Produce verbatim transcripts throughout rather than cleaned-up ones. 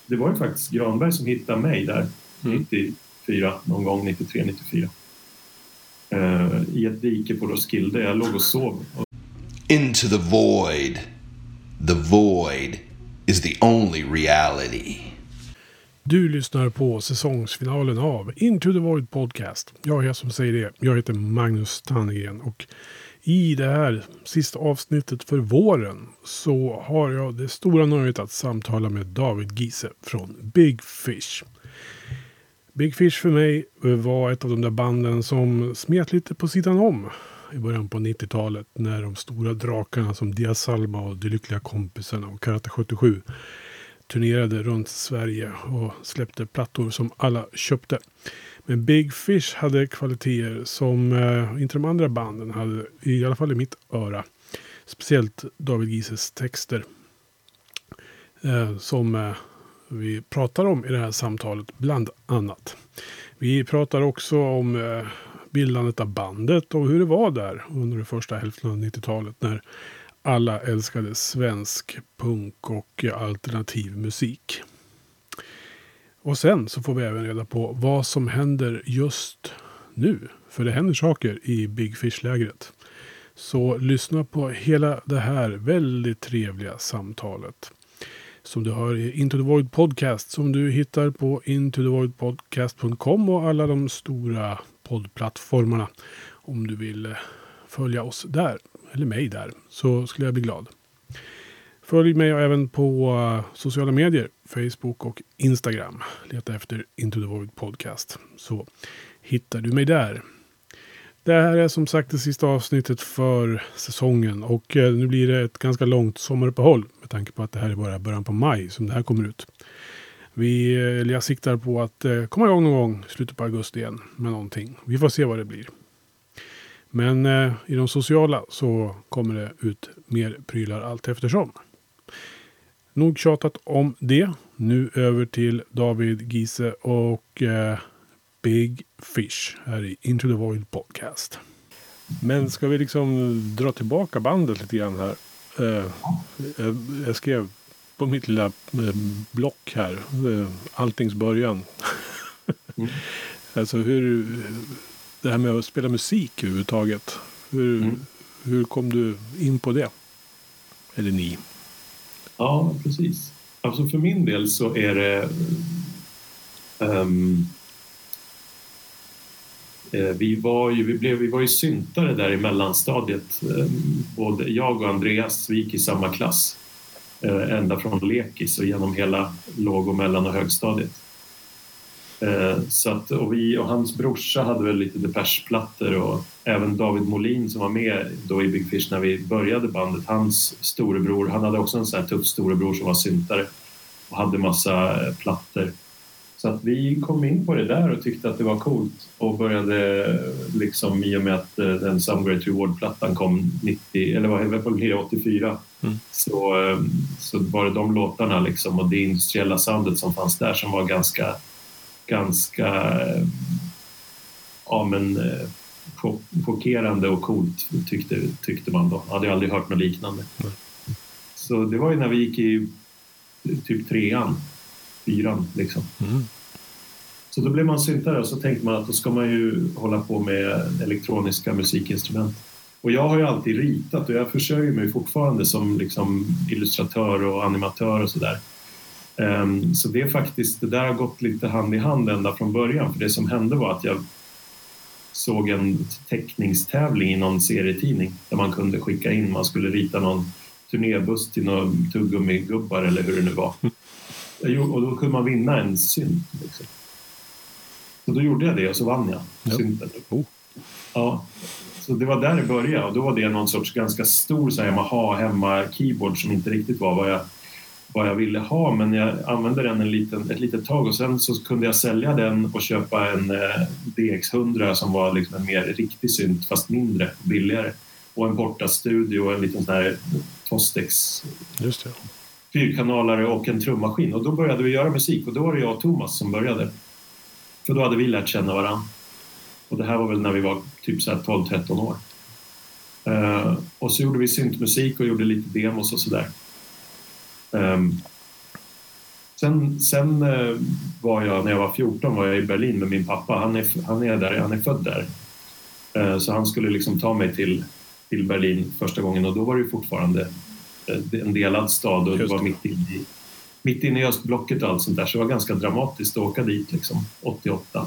det var ju faktiskt Granberg som hittade mig där mm. nittiofyra, någon gång nittiotre nittiofyra. Uh, I ett dike på Roskilde. Jag låg och sov. Into the void. The void is the only reality. Du lyssnar på säsongsfinalen av Into the Void Podcast. Jag är som säger det. Jag heter Magnus Tannegren och i det här sista avsnittet för våren så har jag det stora nöjet att samtala med David Giese från Big Fish. Big Fish för mig var ett av de där banden som smet lite på sidan om i början på nittiotalet när de stora drakarna som Dia Salma och De Lyckliga Kompisarna och Karate sjuttiosju turnerade runt Sverige och släppte plattor som alla köpte. Men Big Fish hade kvaliteter som eh, inte de andra banden hade, i alla fall i mitt öra. Speciellt David Gieses texter eh, som eh, vi pratar om i det här samtalet bland annat. Vi pratar också om eh, bildandet av bandet och hur det var där under det första hälften av nittiotalet när alla älskade svensk punk och alternativ musik. Och sen så får vi även reda på vad som händer just nu. För det händer saker i Big Fish-lägret. Så lyssna på hela det här väldigt trevliga samtalet. Som du hör i Into the Void Podcast som du hittar på into the void podcast punkt com och alla de stora poddplattformarna. Om du vill följa oss där, eller mig där, så skulle jag bli glad. Följ mig även på sociala medier, Facebook och Instagram. Leta efter Into the Void Podcast så hittar du mig där. Det här är som sagt det sista avsnittet för säsongen och nu blir det ett ganska långt sommaruppehåll med tanke på att det här är bara början på maj som det här kommer ut. Vi, eller jag siktar på att komma igång någon gång i slutet på augusti igen med någonting. Vi får se vad det blir. Men eh, i de sociala så kommer det ut mer prylar allt eftersom. Nog tjatat om det. Nu över till David Giese och eh, Big Fish här i Into the Void Podcast. Men ska vi liksom dra tillbaka bandet lite grann här? Eh, jag, jag skrev på mitt lilla eh, block här. Eh, alltings början. mm. Alltså hur... Det här med att spela musik överhuvudtaget. Hur, mm. hur kom du in på det? Eller ni? Ja, precis. Alltså för min del så är det... Um, vi, var ju, vi, blev, vi var ju syntare där i mellanstadiet. Um, både jag och Andreas, vi gick i samma klass. Uh, ända från lekis och genom hela låg- och mellan- och högstadiet. Så att, och, vi, och hans brorsa hade väl lite Depeche-plattor och även David Molin som var med då i Big Fish när vi började bandet. Hans storebror, han hade också en sån här tuff storebror som var syntare och hade massa plattor. Så att vi kom in på det där och tyckte att det var coolt och började liksom i och med att den Some Great Reward-plattan kom nittio, eller var det väl åttiofyra mm. så, så var det de låtarna liksom och det industriella soundet som fanns där som var ganska ganska ja, men, chockerande och coolt tyckte, tyckte man då. Jag hade aldrig hört något liknande. Mm. Så det var ju när vi gick i typ trean, fyran liksom. Mm. Så då blev man syntare och så tänkte man att då ska man ju hålla på med elektroniska musikinstrument. Och jag har ju alltid ritat och jag försörjer mig fortfarande som liksom illustratör och animatör och sådär. Um, så det är faktiskt, det där har gått lite hand i hand ända från början. För det som hände var att jag såg en teckningstävling i någon serietidning där man kunde skicka in, man skulle rita någon turnébuss till någon tuggummigubbar eller hur det nu var. Och då kunde man vinna en synt liksom. Så då gjorde jag det och så vann jag ja. synten. Oh. Ja, så det var där det började och då var det någon sorts ganska stor så här, Yamaha hemma keyboard som inte riktigt var vad jag vad jag ville ha, men jag använde den en liten, ett litet tag och sen så kunde jag sälja den och köpa en eh, D X hundra som var liksom en mer riktig synt fast mindre och billigare och en Porta-studio och en liten sån här Tostex Just det. fyrkanalare och en trummaskin och då började vi göra musik och då var det jag och Thomas som började för då hade vi lärt känna varandra och det här var väl när vi var typ så här tolv tretton år uh, och så gjorde vi syntmusik och gjorde lite demos och sådär. Um, Sen, sen var jag, när jag var fjorton, var jag i Berlin med min pappa. Han är, han är, där, han är född där. Så han skulle liksom ta mig till, till Berlin första gången, och då var det fortfarande en delad stad och det var mitt inne i, mitt inne i östblocket och allt sånt där, så det var ganska dramatiskt att åka dit liksom, åttioåtta.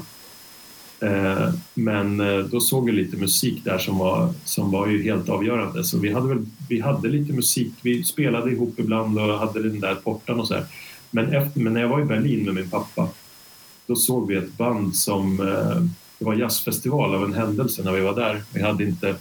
Men då såg vi lite musik där som var, som var ju helt avgörande, så vi hade, väl, vi hade lite musik, vi spelade ihop ibland och hade den där portan och så här. Men, efter, men när jag var i Berlin med min pappa, då såg vi ett band som, det var jazzfestival av en händelse när vi var där. Vi hade inte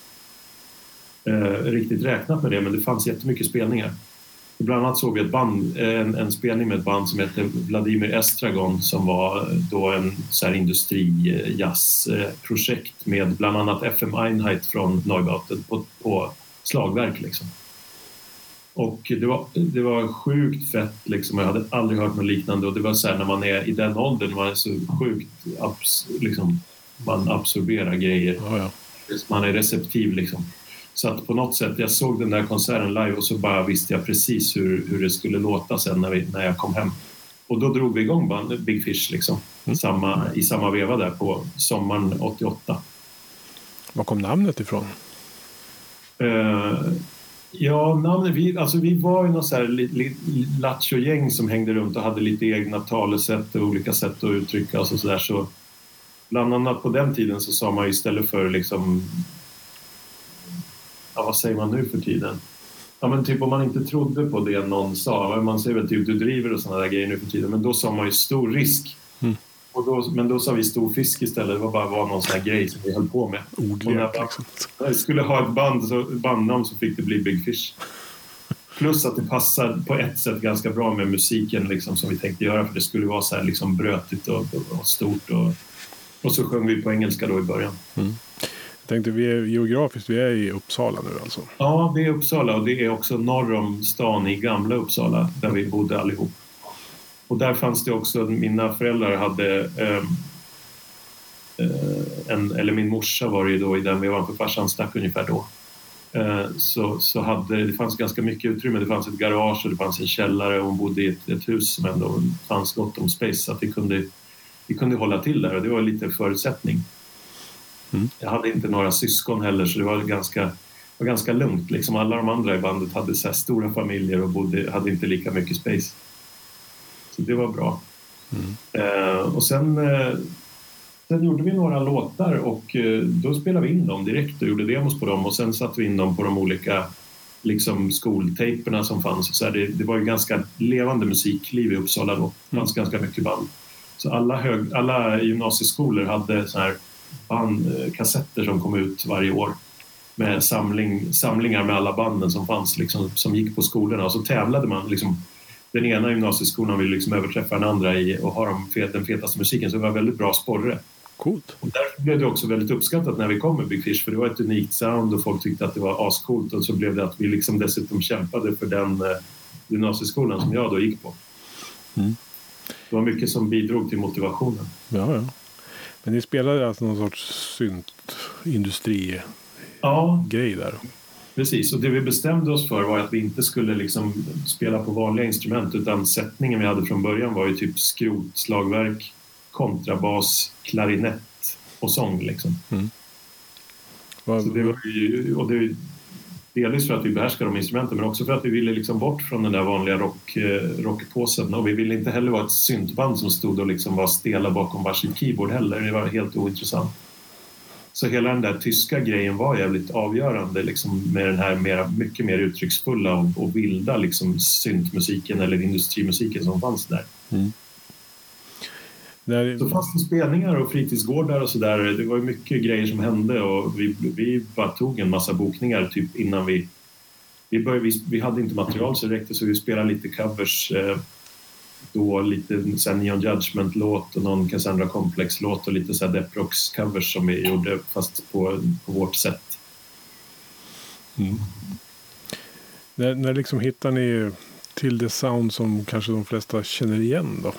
Eh, riktigt räknat med det, men det fanns jättemycket spelningar. Bland annat såg vi ett band, en, en spelning med ett band som heter Vladimir Estragon, som var då en så här industri-jazzprojekt med bland annat F M Einheit från Neubauten på, på slagverk liksom. Och det var, det var sjukt fett liksom. Jag hade aldrig hört något liknande, och det var så här, när man är i den åldern, man är så sjukt abs, liksom, man absorberar grejer. Ja, ja. Man är receptiv liksom. Så att på något sätt, jag såg den där konserten live och så bara visste jag precis hur, hur det skulle låta sen när, vi, när jag kom hem. Och då drog vi igång band, Big Fish liksom, mm. samma, i samma veva där på sommaren åttioåtta. Var kom namnet ifrån? Uh, ja, namnet, vi, alltså vi var ju något så här li, li, lattjo-gäng som hängde runt och hade lite egna talesätt och olika sätt att uttrycka oss och sådär. Så bland annat på den tiden så sa man istället för liksom, ja, vad säger man nu för tiden? Ja, men typ om man inte trodde på det någon sa, man säger väl typ du driver och sådana där grejer nu för tiden, men då sa man ju stor risk. Mm. Och då, men då sa vi stor fisk istället, det var bara var någon sån här grej som vi höll på med. Ordlek, liksom. När vi skulle ha ett band, så, bandnamn, så fick det bli Big Fish. Plus att det passar på ett sätt ganska bra med musiken liksom, som vi tänkte göra, för det skulle vara så här liksom brötigt och, och stort, och, och så sjöng vi på engelska då i början. Mm. Jag tänkte, vi är geografiskt, vi är i Uppsala nu alltså. Ja, det är Uppsala, och det är också norr om stan i gamla Uppsala där vi bodde allihop. Och där fanns det också, mina föräldrar hade eh, en, eller min morsa var ju då i den vevan, för farsan stack ungefär då. Eh, så, så hade, det fanns ganska mycket utrymme, det fanns ett garage och det fanns en källare, och hon bodde i ett, ett hus som ändå fanns gott om space, så att vi kunde, vi kunde hålla till där, och det var lite förutsättning. Mm. Jag hade inte några syskon heller, så det var ganska, var ganska lugnt. Liksom alla de andra i bandet hade så här stora familjer och bodde, hade inte lika mycket space. Så det var bra. Mm. Eh, och sen, eh, sen gjorde vi några låtar, och eh, då spelade vi in dem direkt och gjorde demos på dem. Och sen satte vi in dem på de olika liksom, skoltaperna som fanns. Så här, det, det var ju ganska levande musikliv i Uppsala då. Det fanns mm. ganska mycket band. Så alla, hög, alla gymnasieskolor hade så här band, kassetter som kom ut varje år med samling, samlingar med alla banden som fanns liksom, som gick på skolorna, och så tävlade man liksom, den ena gymnasieskolan ville liksom överträffa den andra i och ha de fet, den fetaste musiken, så det var väldigt bra sporre. Coolt. Och därför blev det också väldigt uppskattat när vi kom med Big Fish, för det var ett unikt sound och folk tyckte att det var ascoolt, och så blev det att vi liksom dessutom kämpade för den eh, gymnasieskolan som jag då gick på. Mm. Det var mycket som bidrog till motivationen. Ja, ja. Men ni spelade alltså någon sorts syntindustri ja, grej där? Precis, och det vi bestämde oss för var att vi inte skulle liksom spela på vanliga instrument, utan sättningen vi hade från början var ju typ skrot, slagverk, kontrabas, klarinett och sång liksom. Mm. Vad, Så det var ju, och det delvis för att vi behärskar de instrumenten, men också för att vi ville liksom bort från den där vanliga rock, rockpåsen, och vi ville inte heller vara ett syntband som stod och liksom var stela bakom varsin keyboard heller. Det var helt ointressant. Så hela den där tyska grejen var jävligt avgörande liksom, med den här mera, mycket mer uttrycksfulla och, och vilda liksom, syntmusiken eller industrimusiken som fanns där. Mm. Där... Så fanns det spelningar och fritidsgårdar och sådär. Det var ju mycket grejer som hände, och vi, vi bara tog en massa bokningar typ innan vi... Vi, började, vi, vi hade inte material så det räckte, så vi spelade lite covers eh, då, lite så här Neon Judgment-låt och någon Cassandra Complex-låt och lite så här Death Rocks-covers som vi gjorde fast på, på vårt sätt. Mm. När, när liksom hittar ni till det sound som kanske de flesta känner igen då?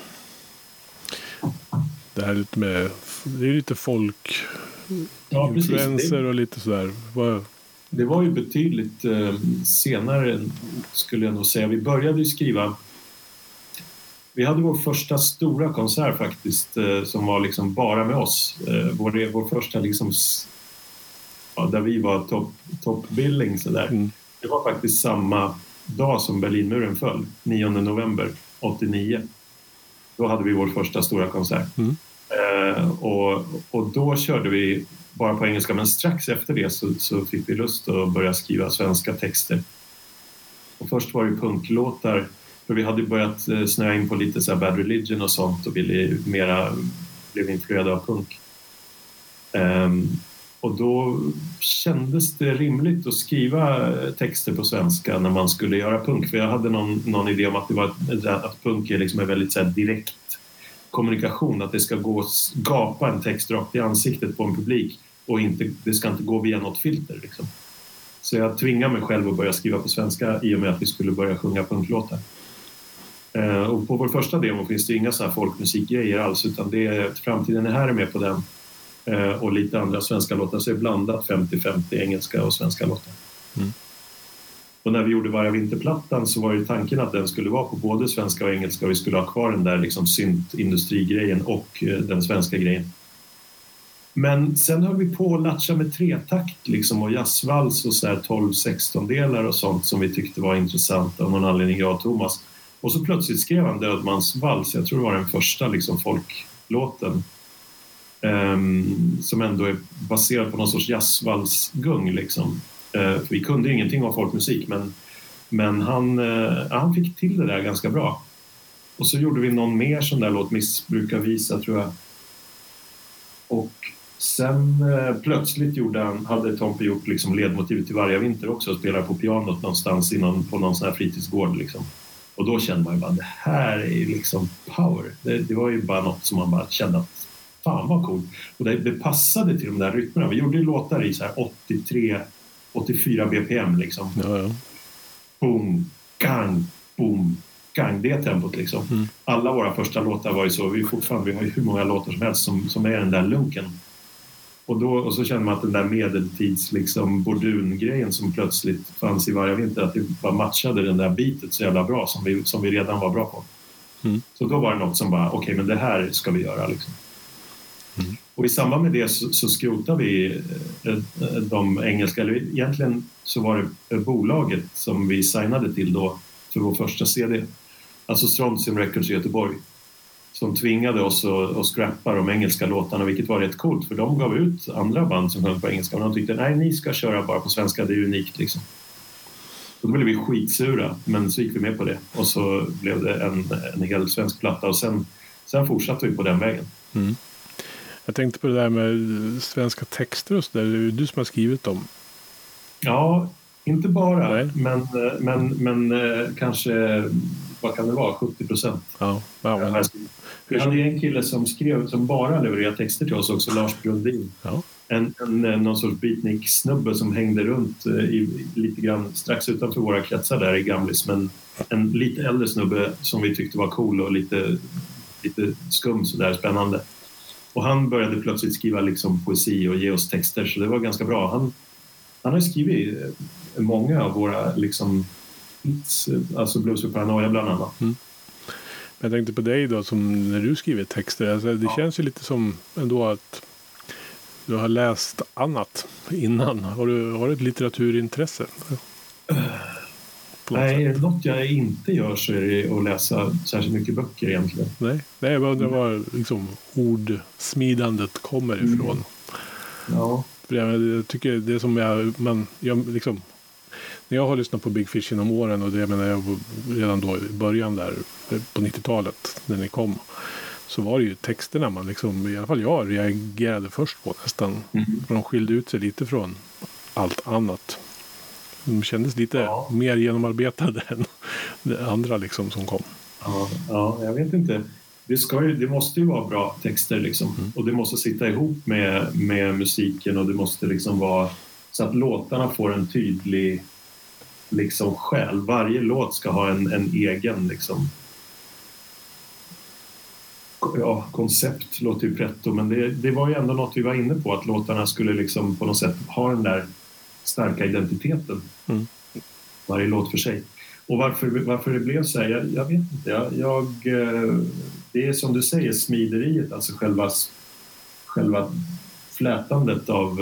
Det här lite med, det är lite folk ja, influencer och lite sådär. Vad... Det var ju betydligt eh, senare skulle jag nog säga. Vi började ju skriva Vi hade vår första stora konsert faktiskt eh, som var liksom bara med oss. Eh, vår, vår första liksom, ja, där vi var top, top billing så där. Mm. Det var faktiskt samma dag som Berlinmuren föll, nionde november åttionio. Då hade vi vår första stora konsert. Mm. Eh, och, och då körde vi bara på engelska, men strax efter det så, så fick vi lust att börja skriva svenska texter. Och först var det punklåtar, för vi hade börjat snöa in på lite så här Bad Religion och sånt och ville mera, blev influerade av punk. Um, och då kändes det rimligt att skriva texter på svenska när man skulle göra punk. För jag hade någon, någon idé om att, det var, att punk är liksom en väldigt så här direkt kommunikation. Att det ska gå gapa en text rakt i ansiktet på en publik och inte, det ska inte gå via något filter. Liksom. Så jag tvingade mig själv att börja skriva på svenska i och med att vi skulle börja sjunga punklåtar. Uh, och på vår första demo finns det inga så här folkmusikgrejer alls, utan det är framtiden är här är med på den. Uh, och lite andra svenska låtar, så är blandat femtio femtio engelska och svenska låtar. Mm. Och när vi gjorde Varje vinterplattan så var ju tanken att den skulle vara på både svenska och engelska, och vi skulle ha kvar den där liksom synt-industrigrejen och uh, den svenska grejen. Men sen höll vi på att latcha med tretakt liksom, och jazzvals och så här tolv sexton delar och sånt som vi tyckte var intressant av någon anledning, jag och Thomas. Och så plötsligt skrev han Dödmansvals, jag tror det var den första liksom, folklåten. Um, som ändå är baserad på någon sorts jazzvalsgung liksom. Uh, vi kunde ingenting om folkmusik, men, men han, uh, han fick till det där ganska bra. Och så gjorde vi någon mer sån där låt, Missbrukarvisa tror jag. Och sen uh, plötsligt gjorde han, hade Tompe gjort liksom ledmotivet till Varje vinter också och spelar på pianot någonstans innan, på någon sån här fritidsgård liksom. Och då kände man ju bara, det här är ju liksom power. Det, det var ju bara något som man bara kände att fan vad coolt. Och det, det passade till de där rytmerna. Vi gjorde ju låtar i så här åttiotre åttiofyra B P M liksom. Ja, ja. Boom, gang, boom, gang. Det tempot liksom. Mm. Alla våra första låtar var ju så. Vi, fortfarande, vi har ju hur många låtar som helst som, som är den där lunken. Och, då, och så kände man att den där medeltids liksom bordun-grejen som plötsligt fanns i Varje vinter, att det bara matchade den där bitet så jävla bra som vi, som vi redan var bra på. Mm. Så då var det något som bara, okej okay, men det här ska vi göra liksom. Mm. Och i samband med det så, så skrotade vi de engelska, eller egentligen så var det bolaget som vi signade till då för vår första C D. Alltså Strontium Records i Göteborg. Som tvingade oss att, att scrappa de engelska låtarna, vilket var rätt coolt för de gav ut andra band som höll på engelska och de tyckte nej, ni ska köra bara på svenska, det är unikt liksom. Så då blev vi skitsura, men så gick vi med på det och så blev det en, en hel svensk platta och sen, sen fortsatte vi på den vägen. Mm. Jag tänkte på det där med svenska texter och så där, det är du som har skrivit dem. Ja, inte bara, men, men, men kanske, vad kan det vara, sjuttio procent. Ja, ja, men... Vi hade en kille som skrev, som bara levererade texter till oss också, Lars Brundin. Ja. En, en, någon sorts beatnik-snubbe som hängde runt i, lite grann strax utanför våra kretsar där i Gamlis, men en lite äldre snubbe som vi tyckte var cool och lite, lite skum så där, spännande. Och han började plötsligt skriva liksom poesi och ge oss texter, så det var ganska bra. Han, han har skrivit många av våra liksom hits, alltså Blues för Paranoia bland annat. Mm. Jag tänkte på dig då, som när du skriver texter, alltså det ja. känns ju lite som ändå att du har läst annat innan. Har du, har du ett litteraturintresse? Uh, nej, är det något jag inte gör så är det att läsa särskilt mycket böcker egentligen. Nej, nej jag undrar var liksom ordsmidandet kommer ifrån. Mm. Ja. För jag, jag tycker det är som jag, man, jag liksom, när jag har lyssnat på Big Fish genom åren, och det menar jag redan då i början där på nittiotalet när ni kom, så var det ju texterna man liksom, i alla fall jag reagerade först på nästan. Mm. För de skilde ut sig lite från allt annat. De kändes lite ja. mer genomarbetade än det andra liksom som kom. Ja, ja jag vet inte. Det, ska ju, det måste ju vara bra texter liksom. Mm. Och det måste sitta ihop med, med musiken, och det måste liksom vara så att låtarna får en tydlig liksom själ. Varje låt ska ha en, en egen liksom ja, koncept, låter ju pretto, men det, det var ju ändå något vi var inne på, att låtarna skulle liksom på något sätt ha den där starka identiteten. Mm. Varje låt för sig. Och varför, varför det blev så här, jag, jag vet inte. Jag, jag, det är som du säger, smideriet, alltså själva, själva flätandet av,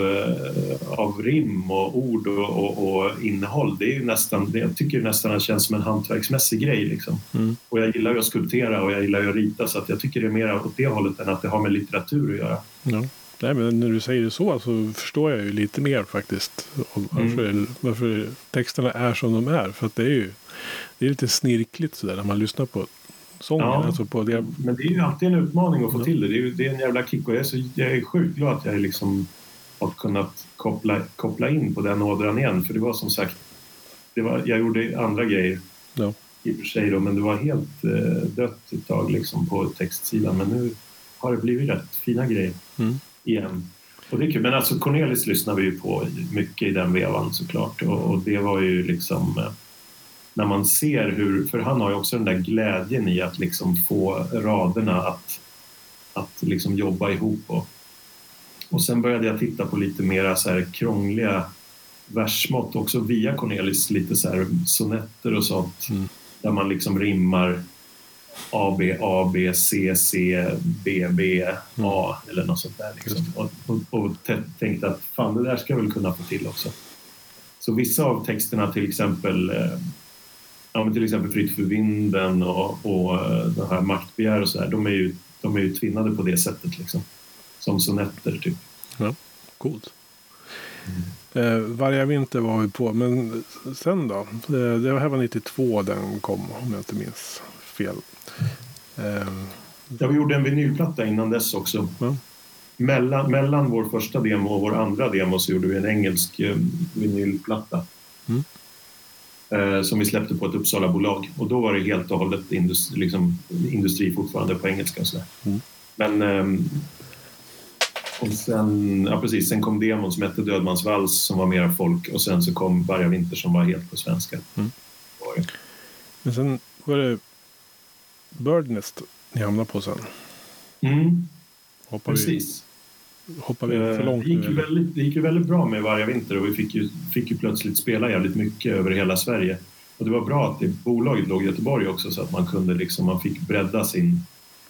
av rim och ord och, och, och innehåll. Det är ju nästan, jag tycker nästan att det känns som en hantverksmässig grej. Liksom. Mm. Och jag gillar ju att skulptera och jag gillar ju att rita, så att jag tycker det är mer åt det hållet än att det har med litteratur att göra. Ja. Nej, men när du säger det så så förstår jag ju lite mer faktiskt om varför, mm. varför texterna är som de är. För att det är ju det är lite snirkligt sådär när man lyssnar på sången. Ja, alltså på det. Men det är ju alltid en utmaning att få ja. till det. Det är, ju, det är en jävla kick, och jag är, så, jag är sjukt glad att jag liksom har kunnat koppla, koppla in på den ådran igen. För det var som sagt, det var, jag gjorde andra grejer ja. i och för sig då, men det var helt eh, dött ett tag liksom på textsidan. Men nu har det blivit rätt fina grejer. Mm. igen. Och det är kul. Men alltså Cornelis lyssnar vi ju på mycket i den vevan såklart. Och, och det var ju liksom när man ser hur, för han har ju också den där glädjen i att liksom få raderna att, att liksom jobba ihop. Och, och sen började jag titta på lite mera så här krångliga versmått också via Cornelis, lite så här sonetter och sånt mm. där man liksom rimmar A, B, A, B, C, C, B, B, A mm. eller något sånt där liksom. och, och, och tänkte att fan, det där ska jag väl kunna få till också. Så vissa av texterna, till exempel eh, ja, men till exempel Fritt för vinden och, och den här Maktbegär och så där, de är ju, de är ju tvinnade på det sättet liksom. Som sonetter typ. Ja, coolt. Mm. Eh, Varje vinter var vi på, men sen då? Det, det här var nittiotvå den kom, om jag inte minns fel. Eh. Ja, vi gjorde en vinylplatta innan dess också. Ja. Mellan, mellan vår första demo och vår andra demo så gjorde vi en engelsk eh, vinylplatta. Mm. Eh, som vi släppte på ett Uppsala-bolag. Och då var det helt och hållet industri, liksom, industri fortfarande på engelska och sådär. Mm. Men... Eh, och sen, ja precis, sen kom demon som hette Dödmansvals som var mera folk, och sen så kom Varje vinter som var helt på svenska. Mm. Men sen var det Birdnest ni hamnade på sen. Mm. Hoppar precis. Vi, hoppar vi för långt? Det gick, ju väldigt, det gick ju väldigt bra med Varje vinter, och vi fick ju, fick ju plötsligt spela jävligt mycket över hela Sverige. Och det var bra att det, bolaget låg i Göteborg också, så att man kunde liksom, man fick bredda sin...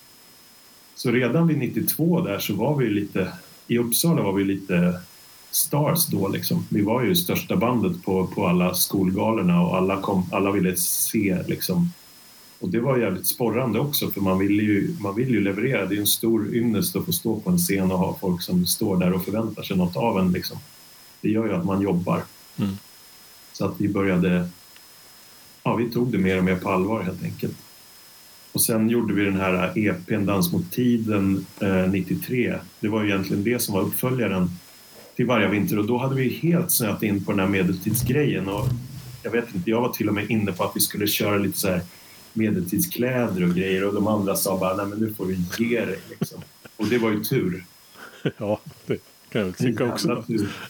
Så redan vid nittiotvå där så var vi lite, i Uppsala var vi lite stars då liksom. Vi var ju största bandet på, på alla skolgalorna, och alla, kom, alla ville se liksom. Och det var jävligt sporrande också, för man vill ju, man vill ju leverera. Det är ju en stor ynnest att få stå på en scen och ha folk som står där och förväntar sig något av en liksom. Det gör ju att man jobbar. Mm. Så att vi började, ja vi tog det mer och mer på allvar helt enkelt. Och sen gjorde vi den här E P:n Dans mot tiden eh, nittiotre. Det var ju egentligen det som var uppföljaren till Varje vinter. Och då hade vi helt snöat in på den här medeltidsgrejen. Och jag vet inte, jag var till och med inne på att vi skulle köra lite så här medeltidskläder och grejer. Och de andra sa bara, nej men nu får vi ge dig liksom. Och det var ju tur. Ja, det kan jag väl tycka också.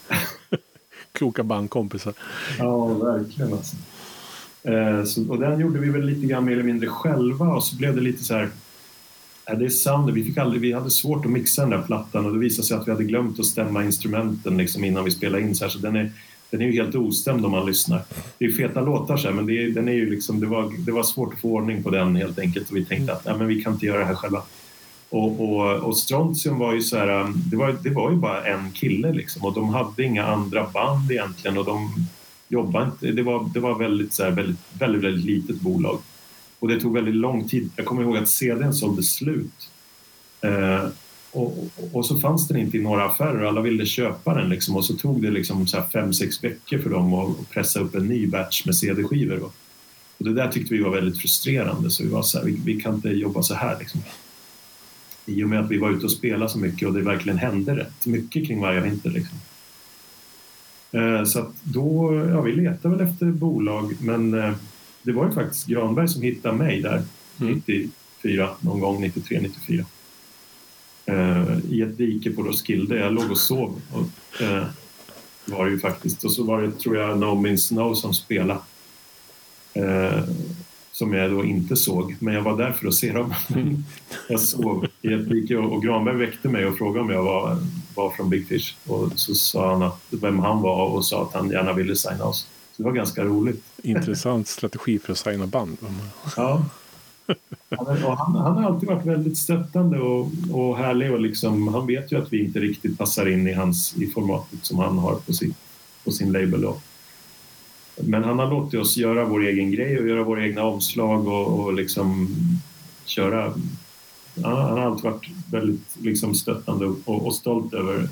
Kloka bandkompisar. Ja, verkligen alltså. Så, och den gjorde vi väl lite grann mer eller mindre själva, och så blev det lite så här, äh, det är sound, vi fick aldrig, vi hade svårt att mixa den där plattan, och det visade sig att vi hade glömt att stämma instrumenten liksom innan vi spelade in så här, så den är, den är ju helt ostämd om man lyssnar. Det är ju feta låtar så här, men det är, den är ju liksom, det var, det var svårt att få ordning på den helt enkelt, och vi tänkte att nej, men vi kan inte göra det här själva. Och, och, och Strontium var ju så här, det var, det var ju bara en kille liksom, och de hade inga andra band egentligen, och de jobbade inte, det var, det var väldigt, så här, väldigt, väldigt, väldigt litet bolag. Och det tog väldigt lång tid. Jag kommer ihåg att C D:n sålde slut. Eh, och, och, och så fanns den inte i några affärer. Alla ville köpa den liksom. Och så tog det liksom så här fem, sex veckor för dem att pressa upp en ny batch med C D-skivor. Och, och det där tyckte vi var väldigt frustrerande. Så vi var så här, vi, vi kan inte jobba så här liksom. I och med att vi var ute och spelade så mycket, och det verkligen hände rätt mycket kring Varje vinter liksom. Så att då, ja, vi letade väl efter bolag, men det var ju faktiskt Granberg som hittade mig där mm. nittiofyra, någon gång nittiotre nittiofyra. I ett dike på Roskilde, jag låg och sov, och var det ju faktiskt, och så var det, tror jag, No Means No som spelade, som jag då inte såg, men jag var där för att se dem. Jag sov i ett dike, och Granberg väckte mig och frågade om jag var, var från Big Fish, och så sa han att, vem han var, och sa att han gärna ville signa oss. Så Det var ganska roligt. Intressant strategi för att signa band. Ja. Och han, han har alltid varit väldigt stöttande och, och härlig. Och liksom, han vet ju att vi inte riktigt passar in i, hans, i formatet som han har på sin, på sin label. Då. Men han har låtit oss göra vår egen grej och göra våra egna omslag och, och liksom köra. Ja, han har alltid varit väldigt liksom stöttande och, och stolt över,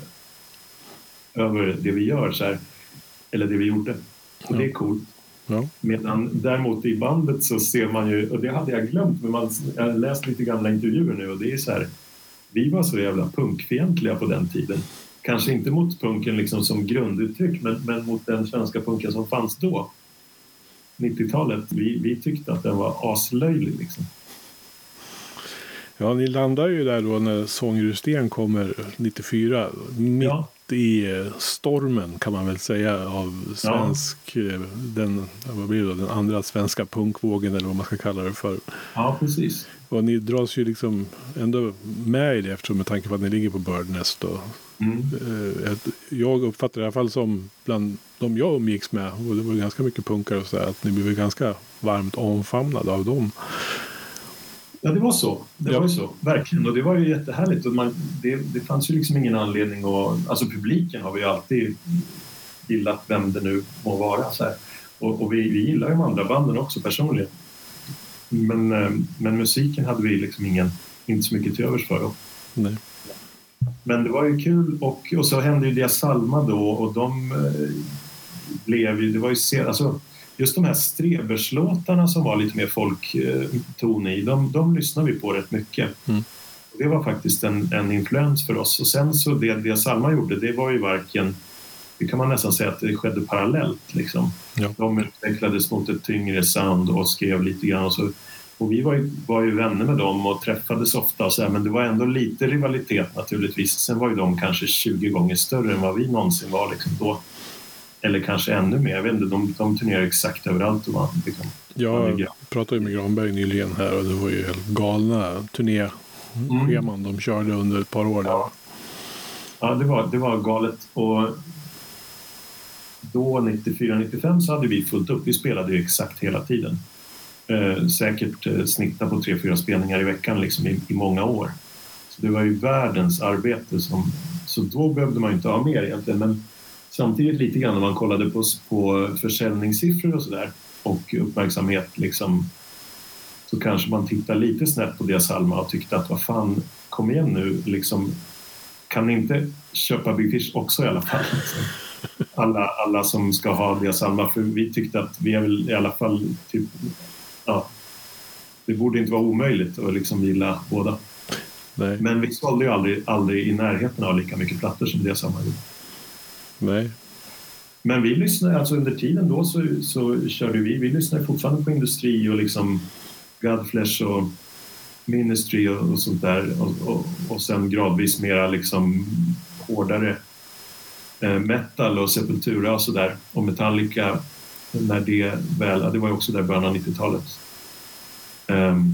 över det vi gör så här, eller det vi gjorde. Och det är coolt. Ja. Medan däremot i bandet så ser man ju, och det hade jag glömt, men man, jag har läst lite gamla intervjuer nu och det är så här, vi var så jävla punkfientliga på den tiden. Kanske inte mot punken liksom som grunduttryck, men, men mot den svenska punken som fanns då. nittiotalet. Vi, vi tyckte att den var aslöjlig liksom. Ja, ni landar ju där då när Sångerusten kommer nittiofyra. Mitt ja. i stormen kan man väl säga av svensk, ja. den, vad blir det, den andra svenska punkvågen eller vad man ska kalla det för. Ja, precis. Och ni dras ju liksom ändå med i det eftersom med tanke på att ni ligger på Birdnest. Och, mm. eh, jag uppfattar det i alla fall som bland de jag umgicks med, och det var ganska mycket punkare och så där, att ni blev ganska varmt omfamnade av dem. Ja, det var så. Det ja. var ju så. Verkligen. Och det var ju jättehärligt. Och man, det, det fanns ju liksom ingen anledning att... Alltså publiken har vi ju alltid gillat vem det nu må vara. Så här. Och, och vi, vi gillar ju de andra banden också personligen. Men, men musiken hade vi liksom ingen, inte så mycket till övers för. Då. Nej. Men det var ju kul. Och, och så hände ju Dia Salma då. Och de eh, blev ju... Det var ju sen, alltså, just de här Streberslåtarna som var lite mer folkton i, de, de lyssnade vi på rätt mycket. Mm. Det var faktiskt en, en influens för oss. Och sen så det, det Salma gjorde, det var ju varken, det kan man nästan säga att det skedde parallellt. Liksom. Ja. De utvecklades mot ett tyngre sound och skrev lite grann. Och, så, och vi var ju, var ju vänner med dem och träffades ofta. Och så här, men det var ändå lite rivalitet naturligtvis. Sen var ju de kanske tjugo gånger större än vad vi någonsin var liksom då. Eller kanske ännu mer. Jag vet inte, de, de turnerar exakt överallt. Och man, liksom, jag pratade ju med Granberg nyligen här och det var ju helt galna turnéscheman mm. de körde under ett par år där. Ja, ja det, var, det var galet. Och då nittiofyra nittiofem så hade vi fullt upp. Vi spelade ju exakt hela tiden. Eh, säkert eh, snitta på tre fyra spelningar i veckan liksom, i, i många år. Så det var ju världens arbete. Som, så då behövde man ju inte ha mer egentligen. Men samtidigt lite grann när man kollade på, på försäljningssiffror och sådär och uppmärksamhet liksom, så kanske man tittar lite snett på Dia Salma och tyckte att vad fan, kom igen nu liksom, kan ni inte köpa Big Fish också i alla fall liksom. alla, alla som ska ha Dia Salma, för vi tyckte att vi är väl i alla fall typ, ja, det borde inte vara omöjligt att liksom gilla båda. Nej. Men vi sålde ju aldrig, aldrig i närheten av lika mycket plattor som Dia Salma gjorde. Nej. Men vi lyssnade, alltså under tiden då så, så körde vi, vi lyssnade fortfarande på industri och liksom Godflesh och Ministry och, och sånt där och, och, och sen gradvis mera liksom hårdare eh, metal och Sepultura och sådär och Metallica när det väl, det var ju också där början av nittiotalet. Um,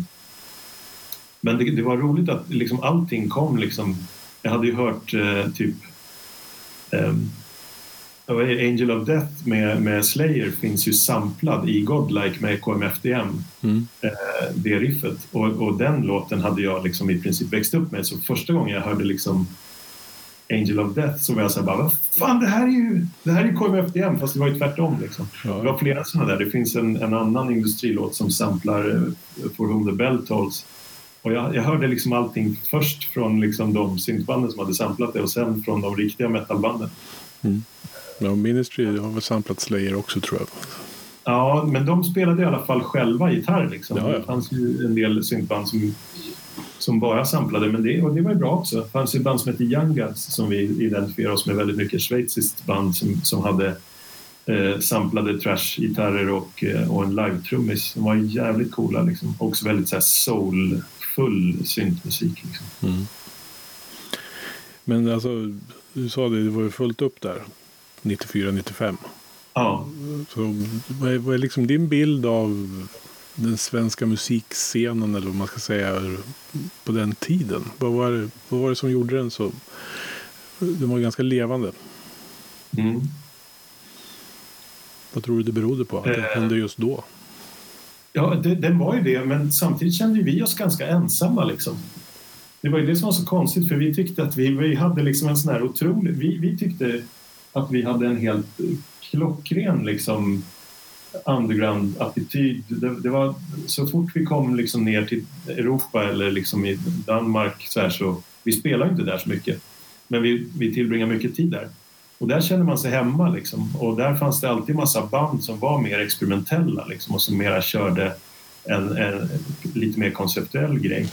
men det, det var roligt att liksom allting kom liksom, jag hade ju hört eh, typ um, Angel of Death med, med Slayer finns ju samplad i Godlike med K M F D M mm. eh, det riffet och, och den låten hade jag liksom i princip växt upp med, så första gången jag hörde liksom Angel of Death så var jag så här bara, vad fan, det här är ju det här är K M F D M, fast det var ju tvärtom liksom. Ja. Det var flera sådana där, det finns en, en annan industrilåt som samplar uh, For Whom the Bell Tolls och jag, jag hörde liksom allting först från liksom de syntbanden som hade samplat det och sen från de riktiga metalbanden. Mm. Ja, Ministry har väl samplat Slayer också tror jag. Ja, men de spelade i alla fall själva gitarr liksom. Ja, ja. Det fanns ju en del syntband som, som bara samplade, men det, och det var ju bra också. Det fanns ju ett band som heter Young Guns som vi identifierar oss med, väldigt mycket schweiziskt band som, som hade eh, samplade trash-gitarrer och, eh, och en live-trummis. De var jävligt coola liksom. Också väldigt så här soulfull syntmusik liksom. Mm. Men alltså, du sa det, det var ju fullt upp där nittiofyra nittiofem. Ja. Så vad är, vad är liksom din bild av den svenska musikscenen eller vad man ska säga på den tiden? Vad var det, vad var det som gjorde den så? Den var ganska levande. Mm. Vad tror du det berodde på att det Eh. hände just då? Ja, det, den var ju det, men samtidigt kände vi oss ganska ensamma liksom. Det var ju det som var så konstigt, för vi tyckte att vi, vi hade liksom en sån här otrolig... Vi, vi tyckte att vi hade en helt klockren liksom underground-attityd. Det, det var så fort vi kom liksom ner till Europa eller liksom i Danmark så här, så vi spelade inte där så mycket, men vi, vi tillbringade mycket tid där. Och där kände man sig hemma liksom. Och där fanns det alltid massa band som var mer experimentella liksom, och som mera körde en, en lite mer konceptuell grej.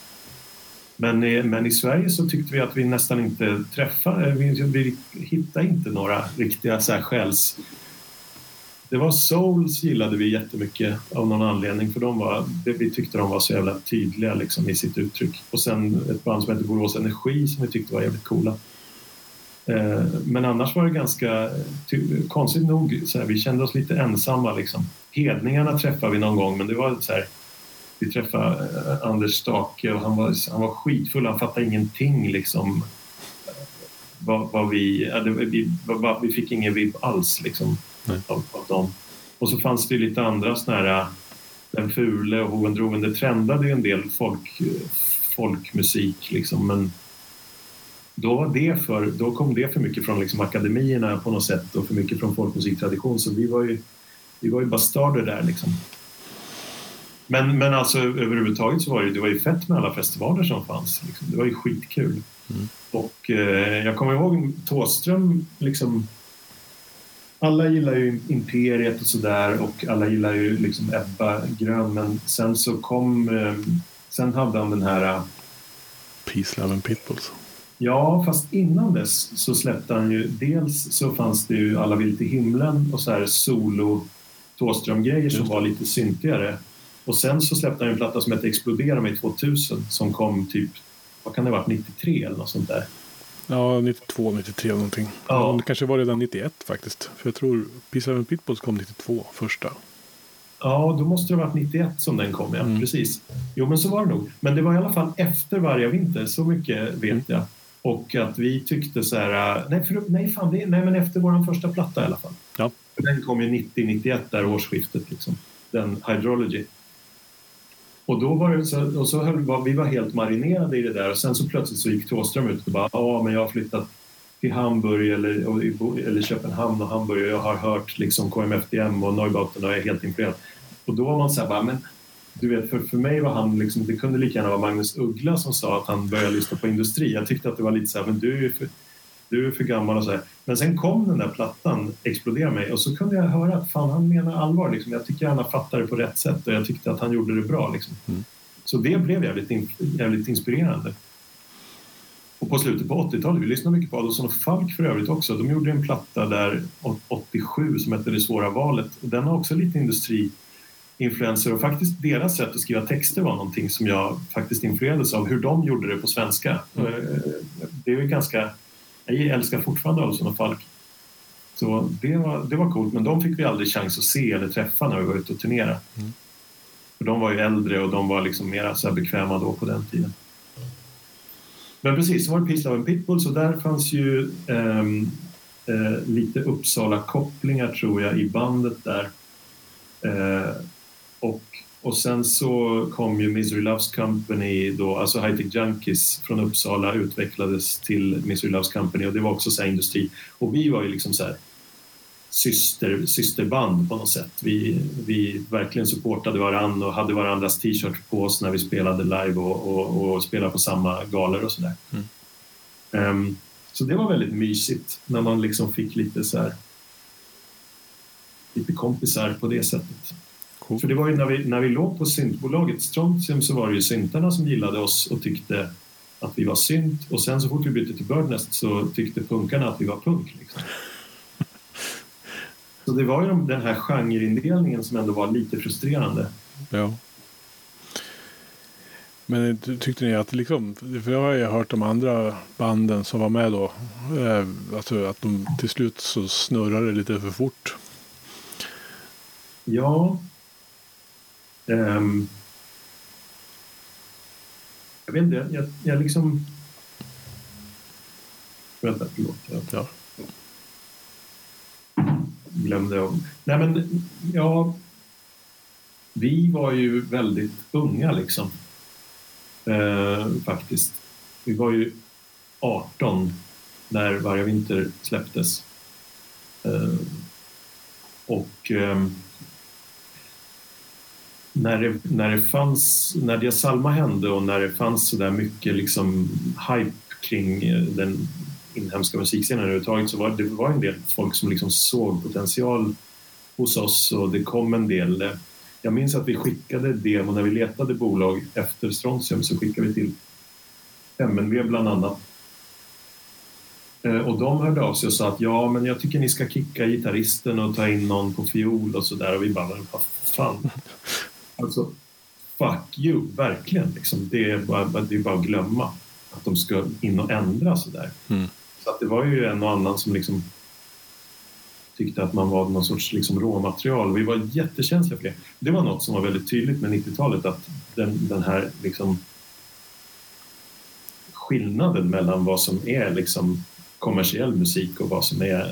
Men, men i Sverige så tyckte vi att vi nästan inte träffade, vi, vi hittade inte några riktiga så här själs... Det var Souls gillade vi jättemycket av någon anledning, för de var, det, vi tyckte de var så jävla tydliga liksom, i sitt uttryck. Och sen ett band som heter Borås Energi som vi tyckte var jävligt coola. Eh, men annars var det ganska ty- konstigt nog, så här, vi kände oss lite ensamma liksom. Hedningarna träffade vi någon gång, men det var så här, vi träffade eh, Anders Stake och han var, han var skitfull, han fattade ingenting liksom. Vad, vad vi, ja, det, vi, vad, vi fick ingen vibb alls liksom. Av, av dem. Och så fanns det ju lite andra såna här, Den fule och Hoven Droven, det trendade ju en del folk, folkmusik liksom, men då var det för, då kom det för mycket från liksom akademierna på något sätt och för mycket från folkmusiktradition, så vi var ju vi var ju bastarder där liksom. Men, men alltså överhuvudtaget så var det, det var ju fett med alla festivaler som fanns liksom. Det var ju skitkul. Mm. Och eh, jag kommer ihåg Thåström liksom. Alla gillar ju Imperiet och sådär, och alla gillar ju liksom Ebba Grön, men sen så kom eh, sen hade han den här Peace, Love and Pitbulls. Ja, fast innan dess så släppte han ju, dels så fanns det ju Alla vill till himlen och så här solo Thåström-grejer som var lite syntigare, och sen så släppte han en platta som hette Explodera mig tvåtusen som kom typ, vad kan det ha varit, nittiotre eller något sånt där. Ja, nittiotvå, nittiotre någonting. Ja. Det kanske var redan nittioett faktiskt. För jag tror Peace, Love and Pitbulls kom nittiotvå första. Ja, då måste det ha varit nittioett som den kom, ja. Mm. Precis. Jo, men så var det nog. Men det var i alla fall efter varje vinter, så mycket vet mm. jag. Och att vi tyckte så här... Nej, för, nej, fan, det, nej men efter vår första platta i alla fall. Ja. För den kom ju nittio nittioett där årsskiftet, liksom. Den Hydrology. Och då var det så, och så höll, vi var helt marinerade i det där, och sen så plötsligt så gick Thåström ut och bara, ja men jag har flyttat till Hamburg eller, eller Köpenhamn och Hamburg, och jag har hört liksom K M F D M och Neubauten och jag är helt imponerad. Och då var man så här bara, men du vet, för, för mig var han liksom, det kunde lika gärna vara Magnus Uggla som sa att han började lyssna på industri. Jag tyckte att det var lite så här, men du är ju för, du är för gammal och så här. Men sen kom den där plattan, Explodera mig, och så kunde jag höra att fan, han menar allvar liksom. Jag tycker han fattade det på rätt sätt och jag tyckte att han gjorde det bra liksom. Mm. Så det blev jävligt, in, jävligt inspirerande. Och på slutet på åttiotalet, vi lyssnade mycket på Adolfsson och Falk för övrigt också. De gjorde en platta där åttiosju som hette Det svåra valet, och den har också lite industriinfluenser, och faktiskt deras sätt att skriva texter var någonting som jag faktiskt influerades av, hur de gjorde det på svenska. Mm. Det är ju ganska, jag älskar fortfarande Adolfsson och Falk. Så det var, det var coolt, men de fick vi aldrig chans att se eller träffa när vi var ute och turnera. Mm. För de var ju äldre och de var liksom mer så här bekväma då på den tiden. Men precis, så var det Peace, Love and Pitbulls, så där fanns ju ähm, äh, lite Uppsala-kopplingar tror jag i bandet där. Äh, och, och sen så kom ju Misery Loves Company då, alltså High Tech Junkies från Uppsala utvecklades till Misery Loves Company, och det var också så här industri. Och vi var ju liksom så här syster, systerband på något sätt. Vi, vi verkligen supportade varann och hade varandras t-shirts på oss när vi spelade live och, och, och spelade på samma galor och sådär. Mm. Um, så det var väldigt mysigt när man liksom fick lite så här, lite kompisar på det sättet. Cool. För det var ju när vi, när vi låg på syntbolaget Strontium, så var det ju syntarna som gillade oss och tyckte att vi var synt, och sen så fort vi bytte till Birdnest så tyckte punkarna att vi var punk liksom. Så det var ju den här genreindelningen som ändå var lite frustrerande. Ja. Men tyckte ni att liksom, för jag har ju hört de andra banden som var med då, eh, alltså att de till slut så snurrade lite för fort. Ja. Um, jag vet inte, jag, jag liksom... Vänta, förlåt. Jag... Ja. glömde om. Nej men, ja, vi var ju väldigt unga liksom. Eh, faktiskt. Vi var ju arton när Varje vinter släpptes. Eh, och eh, när, det, när det fanns, när det Salma hände och när det fanns så där mycket liksom hype kring den inhemska musikscenen överhuvudtaget, så var det var en del folk som liksom såg potential hos oss, och det kom en del. Jag minns att vi skickade demo när vi letade bolag efter Strontium, så skickade vi till M N V bland annat. Och de hörde av sig och sa att ja, men jag tycker ni ska kicka gitarristen och ta in någon på fiol och sådär. Och vi bara, vad fan? Alltså, fuck you, verkligen. Liksom. Det, är bara, det är bara att glömma att de ska in och ändra sådär. Mm. Så att det var ju en och annan som liksom tyckte att man var någon sorts liksom råmaterial. Vi var jättekänsliga för det. Det var något som var väldigt tydligt med nittiotalet, att den, den här liksom skillnaden mellan vad som är liksom kommersiell musik och vad som är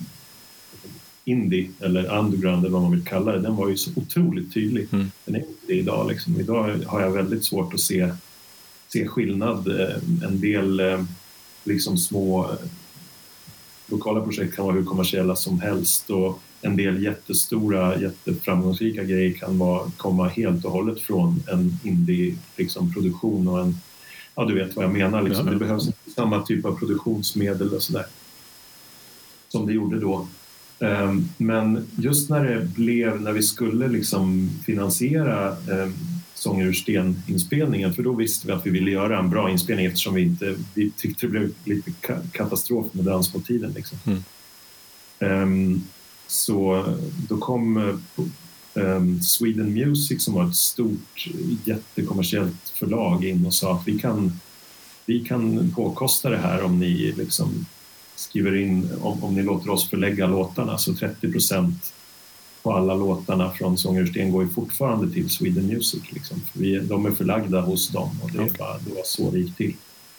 indie eller underground eller vad man vill kalla det, den var ju så otroligt tydlig. Mm. Den är inte det idag liksom. Idag har jag väldigt svårt att se, se skillnad. En del liksom små lokala projekt kan vara hur kommersiella som helst, och en del jättestora, jätteframgångsrika grejer kan vara, komma helt och hållet från en indie liksom, produktion och en, ja du vet vad jag menar liksom. Ja. Det behövs inte samma typ av produktionsmedel och sådär som det gjorde då. Um, men just när det blev, när vi skulle liksom finansiera um, Sånger ur sten-inspelningen, för då visste vi att vi ville göra en bra inspelning, eftersom vi inte, vi tyckte det blev lite katastrof med dansmåltiden liksom. Mm. Um, så då kom um, Sweden Music, som var ett stort jättekommersiellt förlag, in och sa att vi kan, vi kan påkosta det här om ni liksom skriver in, om, om ni låter oss förlägga låtarna, så trettio procent på alla låtarna från Sånger ur sten går ju fortfarande till Sweden Music liksom. För vi, de är förlagda hos dem, och det, är bara, det var så det gick till.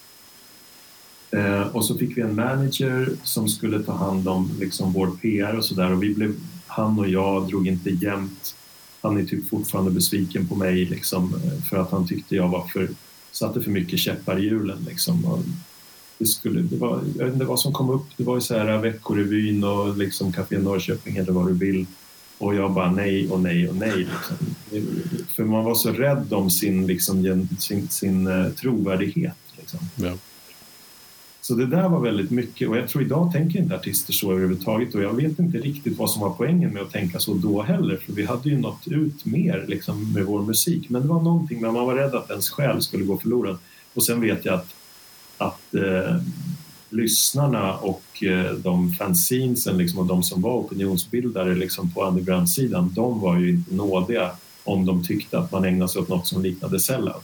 Eh, och så fick vi en manager som skulle ta hand om liksom vår P R och sådär, och vi blev, han och jag drog inte jämnt. Han är typ fortfarande besviken på mig liksom, för att han tyckte jag var för, satte för mycket käppar i hjulen liksom. Och det, skulle, det, var, jag vet inte vad som kom upp, det var ju så här Veckorevyn och liksom Café Norrköping eller vad du vill. Och jag bara nej och nej och nej. Liksom. För man var så rädd om sin, liksom, sin, sin uh, trovärdighet. Liksom. Ja. Så det där var väldigt mycket. Och jag tror idag tänker inte artister så överhuvudtaget. Och jag vet inte riktigt vad som var poängen med att tänka så då heller. För vi hade ju nått ut mer liksom, med vår musik. Men det var någonting, men man var rädd att ens själ skulle gå förlorad. Och sen vet jag att, att eh, lyssnarna och eh, de fanzinesen liksom, och de som var opinionsbildare liksom, på underground-sidan, de var ju inte nådiga om de tyckte att man ägnade sig åt något som liknade sellout.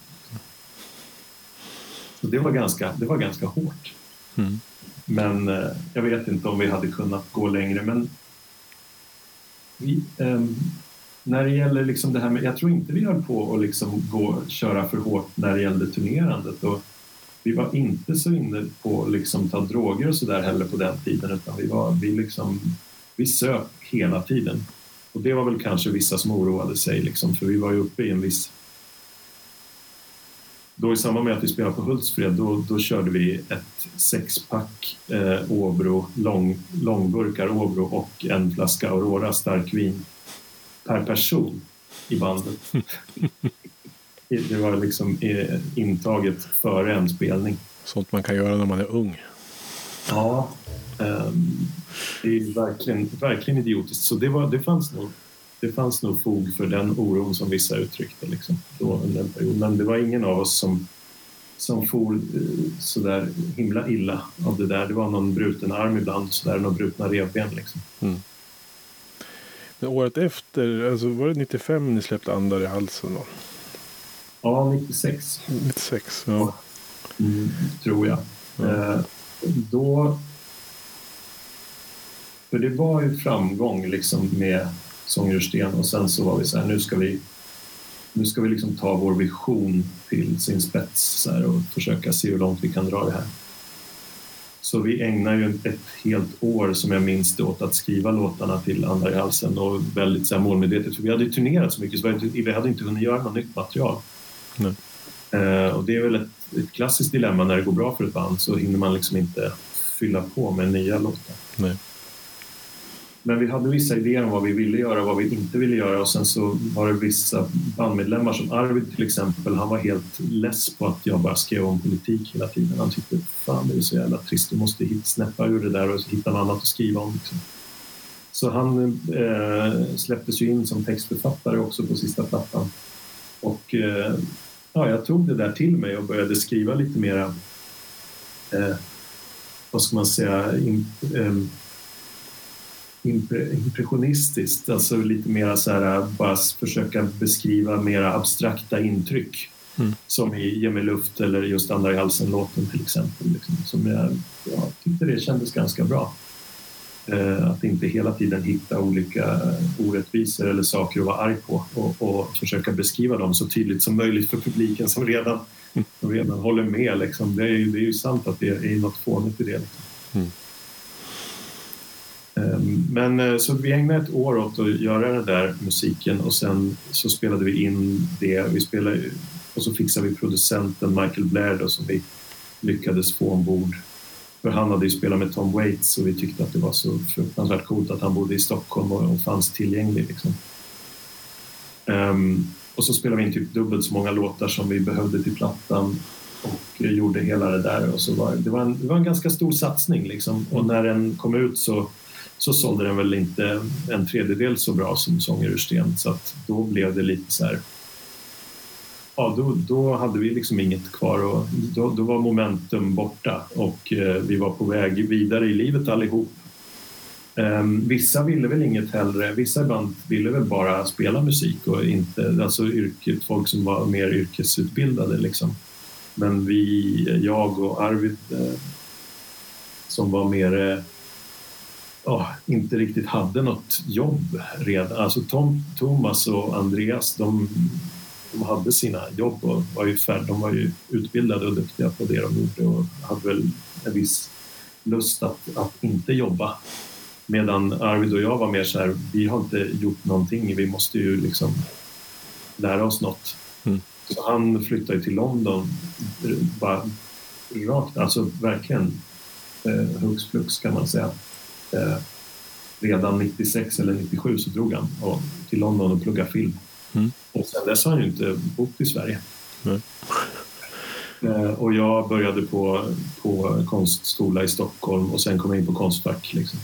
Så det var ganska, det var ganska hårt. Mm. Men eh, jag vet inte om vi hade kunnat gå längre. Men vi, eh, när det gäller liksom det här med, jag tror inte vi höll på att liksom gå, köra för hårt när det gällde turnerandet. Och vi var inte så inne på att liksom ta droger och sådär heller på den tiden, utan vi, var, vi, liksom, vi söp hela tiden. Och det var väl kanske vissa som oroade sig, liksom, för vi var ju uppe i en viss... Då i samband med att vi spelade på Hultsfred, då, då körde vi ett sexpack eh, Åbro, lång, långburkar Åbro och en flaska Aurora starkvin per person i bandet. Det var liksom intaget före en spelning. Sånt man kan göra när man är ung. Ja, um, det är verkligen, verkligen idiotiskt. Så det, var, det, fanns nog, det fanns nog fog för den oron som vissa uttryckte. Liksom, då under en period. Men det var ingen av oss som, som for uh, så där himla illa av det där. Det var någon bruten arm ibland, så där, någon brutna revben. Liksom. Mm. Men året efter, alltså var det nittiofem ni släppte Andar i halsen då? Ja, nittiosex. nittiosex, ja. Mm, tror jag. Ja. Eh, då... För det var ju framgång liksom med Sånger ur sten, och sen så var vi så här, nu ska vi nu ska vi liksom ta vår vision till sin spets så här, och försöka se hur långt vi kan dra det här. Så vi ägnar ju ett helt år som jag minns det åt att skriva låtarna till Andar i halsen och väldigt så här, målmedvetet. För vi hade ju turnerat så mycket så vi hade inte hunnit göra något nytt material. Nej. Eh, och det är väl ett, ett klassiskt dilemma när det går bra för ett band så hinner man liksom inte fylla på med nya låtar. Nej. Men vi hade vissa idéer om vad vi ville göra och vad vi inte ville göra och sen så var det vissa bandmedlemmar som Arvid till exempel, han var helt less på att jag bara skrev om politik hela tiden. Han tyckte, fan det är så jävla trist, du måste hit, snäppa ur det där och hitta något annat att skriva om. Liksom. Så han eh, släpptes ju in som textförfattare också på sista plattan. Och eh, ja, jag tog det där till mig och började skriva lite mera, eh, vad ska man säga, in, eh, impressionistiskt, alltså lite mer så här, bara försöka beskriva mera abstrakta intryck mm. som i Ge mig luft eller just Andar i halsen-låten till exempel liksom, som jag, jag tyckte det kändes ganska bra eh, att inte hela tiden hitta olika orättvisor eller saker att vara arg på och, och försöka beskriva dem så tydligt som möjligt för publiken som redan, mm. som redan håller med liksom. det, är ju, det är ju sant att det är något fånigt i det liksom. mm. Men så vi ägnade ett år åt att göra den där musiken och sen så spelade vi in det vi spelade, och så fixade vi producenten Michael Blair då, som vi lyckades få ombord. För han hade ju spelat med Tom Waits och vi tyckte att det var så fruktansvärt coolt att han bodde i Stockholm och, och fanns tillgänglig. Liksom. Um, och så spelade vi in typ dubbelt så många låtar som vi behövde till plattan och gjorde hela det där. Och så var, det, var en, det var en ganska stor satsning liksom. Och när den kom ut så så sålde den väl inte en tredjedel så bra som Sånger ur sten. Så att då blev det lite så här... Ja, då, då hade vi liksom inget kvar och då, då var momentum borta och eh, vi var på väg vidare i livet allihop. Eh, vissa ville väl inget hellre, vissa band ville väl bara spela musik och inte, alltså yrket, folk som var mer yrkesutbildade liksom. Men vi, jag och Arvid eh, som var mer... Eh, Oh, inte riktigt hade något jobb redan. Alltså Tom, Thomas och Andreas, de, de hade sina jobb och var ju färd, de var ju utbildade och duktiga på det de gjorde och hade väl en viss lust att, att inte jobba. Medan Arvid och jag var mer så här, vi har inte gjort någonting, vi måste ju liksom lära oss något. Mm. Så han flyttade till London bara rakt, alltså verkligen eh, hux flux kan man säga. Eh, redan nittiosex eller nittiosju så drog han och, till London och pluggade film. Mm. Och sen dess har han ju inte bott i Sverige. Mm. Eh, och jag började på, på konstskola i Stockholm och sen kom jag in på Konstfack. Liksom.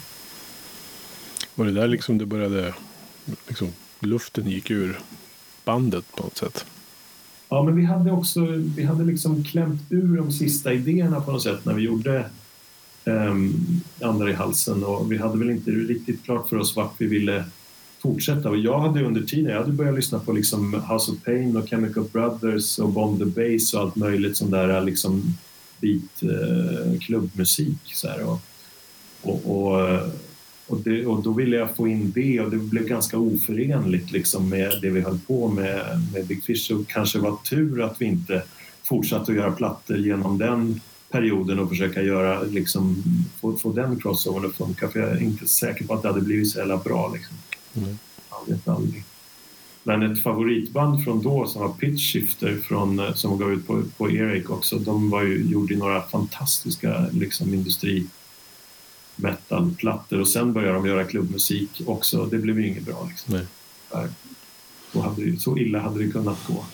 Var det där liksom det började, liksom, luften gick ur bandet på något sätt? Ja, men vi hade också, vi hade liksom klämt ur de sista idéerna på något sätt när vi gjorde Um, Andar i halsen och vi hade väl inte riktigt klart för oss vart vi ville fortsätta och jag hade under tiden, jag hade börjat lyssna på liksom House of Pain och Chemical Brothers och Bomb the Bass och allt möjligt sån där liksom beat uh, klubbmusik så här, och, och, och, och, det, och då ville jag få in det och det blev ganska oförenligt liksom med det vi höll på med med Big Fish och kanske var tur att vi inte fortsatte att göra plattor genom den perioden och försöka göra liksom, få, få den crossovern att funka för jag är inte säker på att det hade blivit så jävla bra liksom. Mm. Jag vet aldrig. Men ett favoritband från då som var Pitch Shifter från, som gav ut på, på Eric också, de var ju, gjorde några fantastiska liksom, industri metalplattor och sen började de göra klubbmusik också, det blev ju inget bra liksom. Nej. Så, hade, så illa hade det kunnat gå.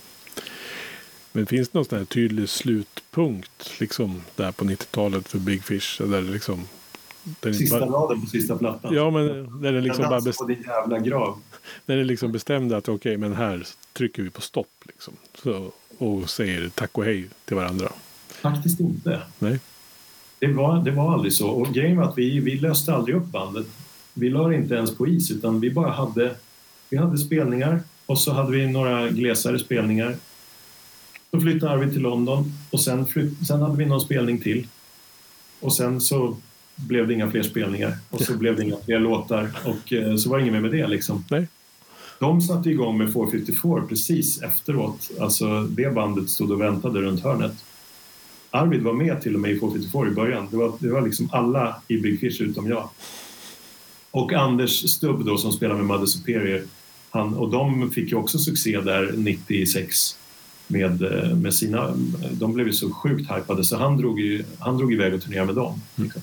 Men finns det någon sån här tydlig slutpunkt liksom där på nittiotalet för Big Fish? Där det liksom, där sista bara, raden på sista plattan. Ja, men där det liksom bara bestämde, din jävla grav. När det liksom bestämde att okej, okay, men här trycker vi på stopp liksom. Så, och säger tack och hej till varandra. Faktiskt inte. Nej. Det var, det var aldrig så. Och grejen var att vi, vi löste aldrig upp bandet. Vi la inte ens på is utan vi bara hade, vi hade spelningar och så hade vi några glesare spelningar. Så flyttade Arvid till London och sen, flytt, sen hade vi någon spelning till. Och sen så blev det inga fler spelningar. Och så blev det inga fler låtar. Och eh, så var det inget mer med det liksom. Nej. De satte igång med four fifty-four precis efteråt. Alltså det bandet stod och väntade runt hörnet. Arvid var med till och med i Four Fifty Four i början. Det var, det var liksom alla i Big Fish utom jag. Och Anders Stubb då som spelar med Mother Superior. Han, och de fick ju också succé där nittiosex med, med sina... De blev ju så sjukt hypade så han drog, ju, han drog iväg och turnerade med dem. Liksom.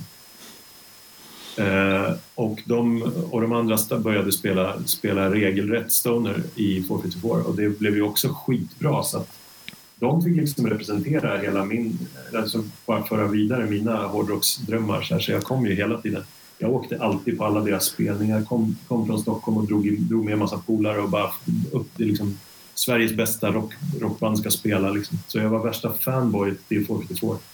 Eh, och, de, och de andra började spela, spela regelrätt stoner i Four Fifty Four och det blev ju också skitbra så att de fick liksom representera hela min, alltså bara föra vidare mina hårdrocksdrömmar så, här, så jag kom ju hela tiden. Jag åkte alltid på alla deras spelningar, kom, kom från Stockholm och drog, drog med en massa polare och bara upp till liksom Sveriges bästa rock, rockband ska spela liksom. Så jag var värsta fanboy till Four Fifty Four.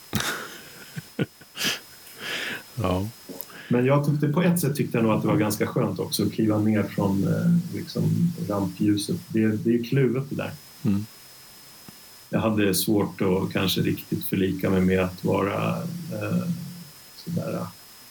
Ja. Men jag tyckte, på ett sätt tyckte jag nog att det var ganska skönt också att kliva ner från eh, liksom, rampljuset. Det, det är ju kluvet det där. Mm. Jag hade svårt att kanske riktigt förlika mig med att vara eh, sådär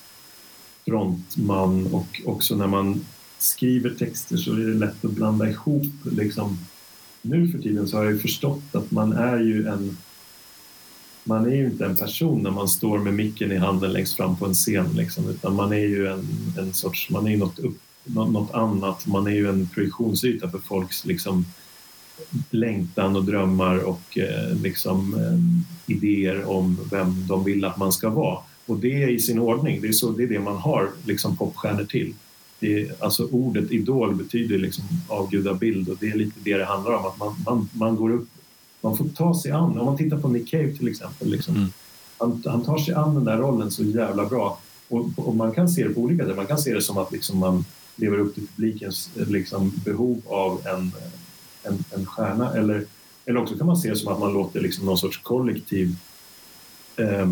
frontman och också när man skriver texter så är det lätt att blanda ihop liksom. Nu för tiden så har jag ju förstått att man är ju en man är ju inte en person när man står med micken i handen längst fram på en scen liksom, utan man är ju en, en sorts, man är ju något, upp, något annat, man är ju en projektionsyta för folks liksom längtan och drömmar och eh, liksom eh, idéer om vem de vill att man ska vara. Och det är i sin ordning, det är, så, det, är det man har liksom popstjärnor till. Det är, alltså ordet idol betyder liksom avgudabild och det är lite det det handlar om, att man, man, man går upp, man får ta sig an, om man tittar på Nick Cave till exempel, liksom, mm. han, han tar sig an den där rollen så jävla bra. Och, och man kan se det på olika sätt, man kan se det som att liksom man lever upp till publikens liksom, behov av en En, en stjärna eller, eller också kan man se det som att man låter liksom någon sorts kollektiv eh,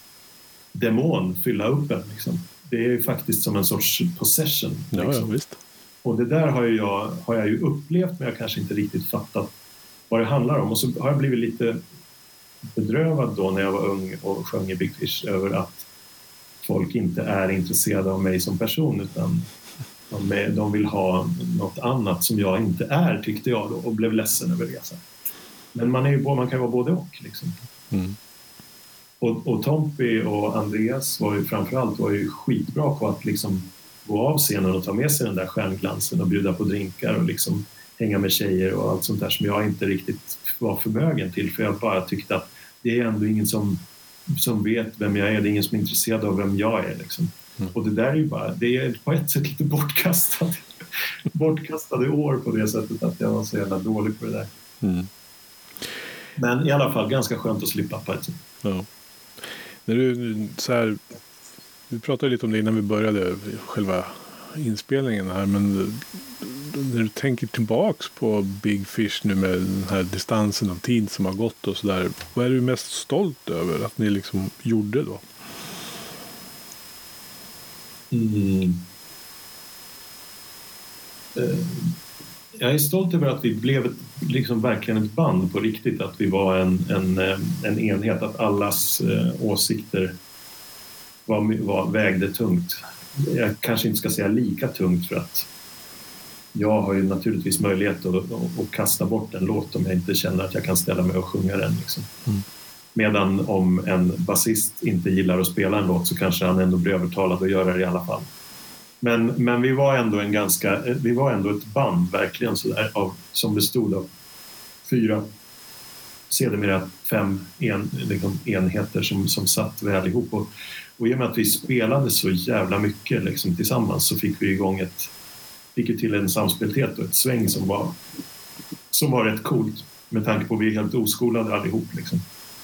demon fylla upp en liksom. Det är ju faktiskt som en sorts possession ja, liksom. Ja, visst. Och det där har, jag, har jag ju upplevt men jag kanske inte riktigt fattat vad det handlar om och så har jag blivit lite bedrövad då när jag var ung och sjöng i Big Fish över att folk inte är intresserade av mig som person utan De, är, de vill ha något annat som jag inte är, tyckte jag då, och blev ledsen över det. Men man, är ju, man kan ju vara både och. Liksom. Mm. Och, och Tompi och Andreas var ju framförallt var ju skitbra på att liksom gå av scenen och ta med sig den där stjärnglansen och bjuda på drinkar och liksom hänga med tjejer och allt sånt där som jag inte riktigt var förmögen till. För jag bara tyckte att det är ändå ingen som, som vet vem jag är, det är ingen som är intresserad av vem jag är. Liksom. Mm. Och det där är ju bara, det är på ett sätt lite bortkastat. bortkastade år på det sättet att jag var så jävla dålig på det där. Mm. Men i alla fall ganska skönt att slippa på ett sätt. Ja. När du, så här, vi pratade lite om det innan vi började själva inspelningen här, men när du tänker tillbaks på Big Fish nu med den här distansen av tid som har gått och sådär, vad är du mest stolt över att ni liksom gjorde då? Mm. Jag är stolt över att vi blev ett, liksom verkligen ett band på riktigt, att vi var en, en, en enhet, att allas åsikter var, var, vägde tungt. Jag kanske inte ska säga lika tungt för att jag har ju naturligtvis möjlighet att, att, att kasta bort en låt om jag inte känner att jag kan ställa mig och sjunga den. Liksom. Mm. Medan om en basist inte gillar att spela en låt så kanske han ändå blir övertalad att göra det i alla fall. Men, men vi var ändå en ganska, vi var ändå ett band verkligen så där, av, som bestod av fyra, sedermera fem en, liksom, enheter som, som satt väl ihop. Och, och i och med att vi spelade så jävla mycket liksom, tillsammans så fick vi igång ett, fick ju till en samspelthet och ett sväng som var, som var rätt coolt med tanke på att vi är helt oskolade allihop liksom.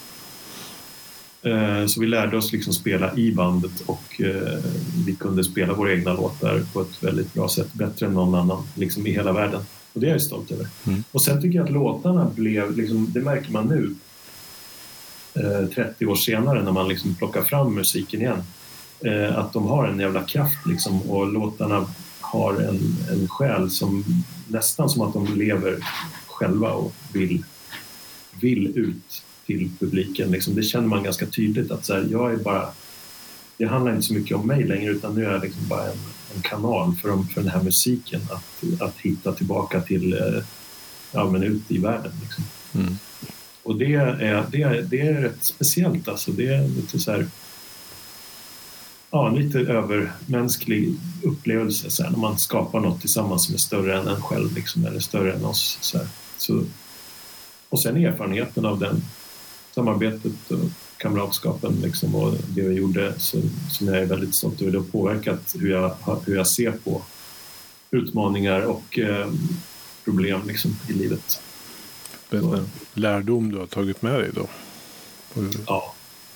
Så vi lärde oss liksom spela i bandet och eh, vi kunde spela våra egna låtar på ett väldigt bra sätt, bättre än någon annan liksom, i hela världen. Och det är jag stolt över. Mm. Och sen tycker jag att låtarna blev, liksom, det märker man nu eh, trettio år senare när man liksom plockar fram musiken igen, eh, att de har en jävla kraft liksom, och låtarna har en, en själ som nästan som att de lever själva och vill, vill ut till publiken. Liksom. Det känner man ganska tydligt att så här, jag är bara, det handlar inte så mycket om mig längre utan nu är jag liksom bara en, en kanal för, de, för den här musiken att, att hitta tillbaka till ja, men ut i världen. Liksom. Mm. Och det är, det är, det är rätt speciellt. Alltså. Det är lite så här, ja, lite övermänsklig upplevelse så här, när man skapar något tillsammans som är större än en själv liksom, eller större än oss. Så här. Så, och sen erfarenheten av den samarbetet och kamratskapen liksom, och det vi gjorde så, som jag är väldigt stolt över. Det har påverkat hur jag, hur jag ser på utmaningar och eh, problem liksom, i livet. Den lärdom du har tagit med dig då? Ja.